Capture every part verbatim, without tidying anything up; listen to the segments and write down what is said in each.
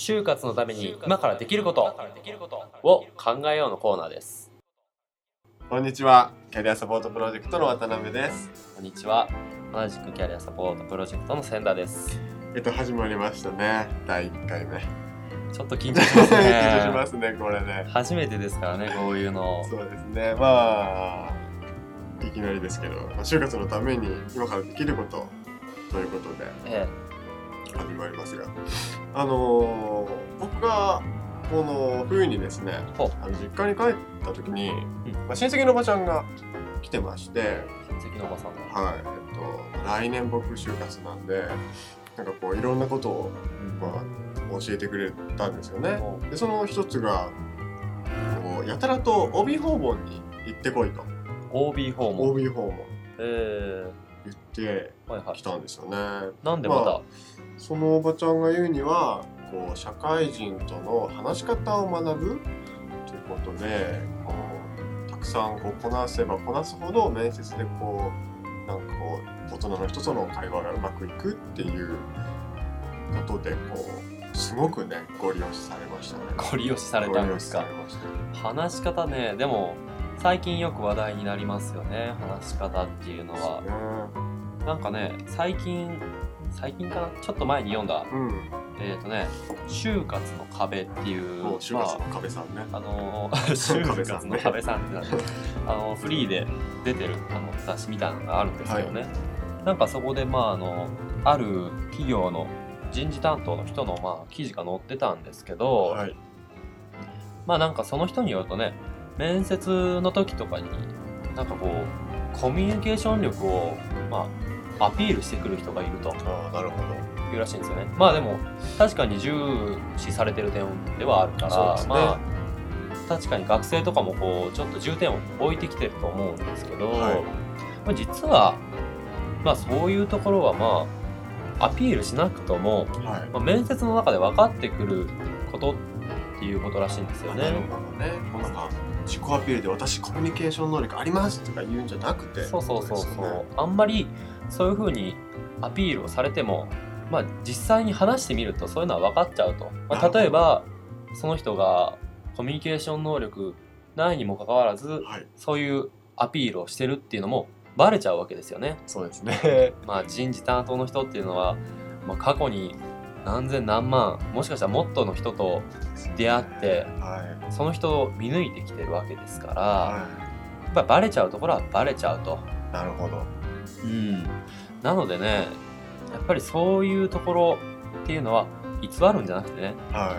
就活のために今からできることを考えようのコーナーです。 こんにちは、キャリアサポートプロジェクトの渡辺です。 こんにちは、同じくキャリアサポートプロジェクトの千田です。 えっと始まりましたね、だいいっかいめ。 ちょっと緊張しますね緊張しますね、これね。 初めてですからね、こういうの。 そうですね、まあいきなりですけど、まあ、就活のために今からできることということで、 ええ、始まりますが、あのー、僕がこの冬にですね、あの実家に帰った時に、うんまあ、親戚のおばちゃんが来てまして、 親戚のおばさんがはい、えっと来年僕就活なんで、なんかこういろんなことを、まあ、教えてくれたんですよね。でその一つがこうやたらと オービー 訪問に行ってこいと。 オービー 訪問オービー 訪問え言ってきたんですよね、はいはい、 なんでまた、まあ、 そのおばちゃんが言うにはこう社会人との話し方を学ぶということで、こうたくさんこうこなせばこなすほど面接でこうなんかこう大人の人との会話がうまくいくっていうことで、こうすごくねご利用しされましたね。 ご利用しされたんですか。話し方ね、でも最近よく話題になりますよね、話し方っていうのは。ね、なんかね、最近最近かな、ちょっと前に読んだ、うん、えっ、ー、とね、就活の壁っていう、 就活の壁さんね。 まあ、あの就活の壁さんってあのフリーで出てるあの雑誌みたいなのがあるんですけどね。はい、なんかそこでまああのある企業の人事担当の人のまあ記事が載ってたんですけど、はい、まあなんかその人によるとね、面接の時とかになんかこうコミュニケーション力をまあアピールしてくる人がいると。 ああ、なるほど。 いうらしいんですよね。まあでも確かに重視されてる点ではあるから、ね、まあ確かに学生とかもこうちょっと重点を置いてきてると思うんですけど、はい、まあ、実はまあそういうところはまあアピールしなくとも、はい、まあ、面接の中で分かってくることっていうことらしいんですよね。 なるほどね。こうなんか自己アピールで私コミュニケーション能力ありますとか言うんじゃなくて、 そうそうそうそう、ね、あんまりそういう風にアピールをされても、まあ、実際に話してみるとそういうのは分かっちゃうと。まあ、例えばその人がコミュニケーション能力ないにもかかわらず、はい、そういうアピールをしてるっていうのもバレちゃうわけですよね。 そうですね。 まあ人事担当の人っていうのは、まあ、過去に何千何万もしかしたらもっとの人と出会って、はい、その人を見抜いてきてるわけですから、はい、やっぱりバレちゃうところはバレちゃうと。 なるほど。 うん。なのでね、やっぱりそういうところっていうのは偽るんじゃなくてね、はい、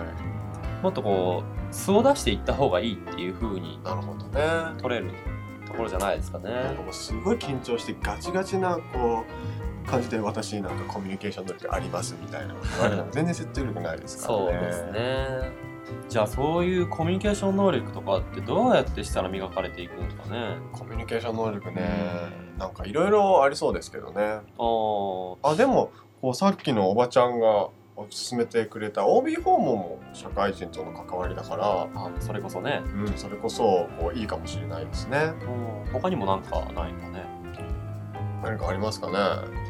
もっとこう素を出していった方がいいっていう風になるほどね取れるところじゃないですかね。 なんかもうすごい緊張してガチガチなこう感じで私なんかコミュニケーション能力ありますみたいな全然説得力ないですからね。 そうですね。じゃあそういうコミュニケーション能力とかってどうやってしたら磨かれていくんですかね。 コミュニケーション能力ね、うん、なんかいろいろありそうですけどね。ああでもこうさっきのおばちゃんがおすすめてくれた オービー 訪問も社会人との関わりだから、 あそれこそね、 うん、それこそこういいかもしれないですね。 うん、他にもなんかないかね。 何かありますかね。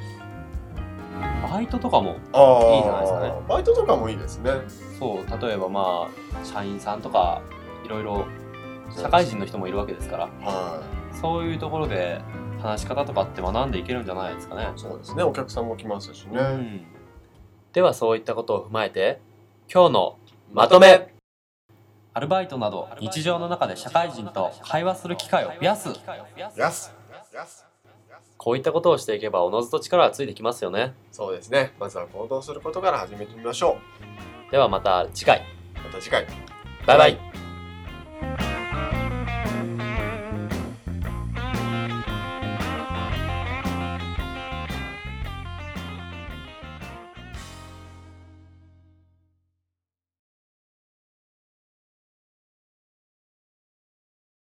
バイトとかもいいじゃないですかね。 バイトとかもいいですね。 そう、例えばまあ社員さんとかいろいろ社会人の人もいるわけですから、はい、そういうところで話し方とかって学んでいけるんじゃないですかね。 そうですね、お客さんも来ますしね。うん、 ではそういったことを踏まえて今日のまとめ。アルバイトなど日常の中で社会人と会話する機会を増やす。 やすこういったことをしていけばおのずと力はついてきますよね。 そうですね。まずは行動することから始めてみましょう。ではまた次回。 また次回。 バイバイ。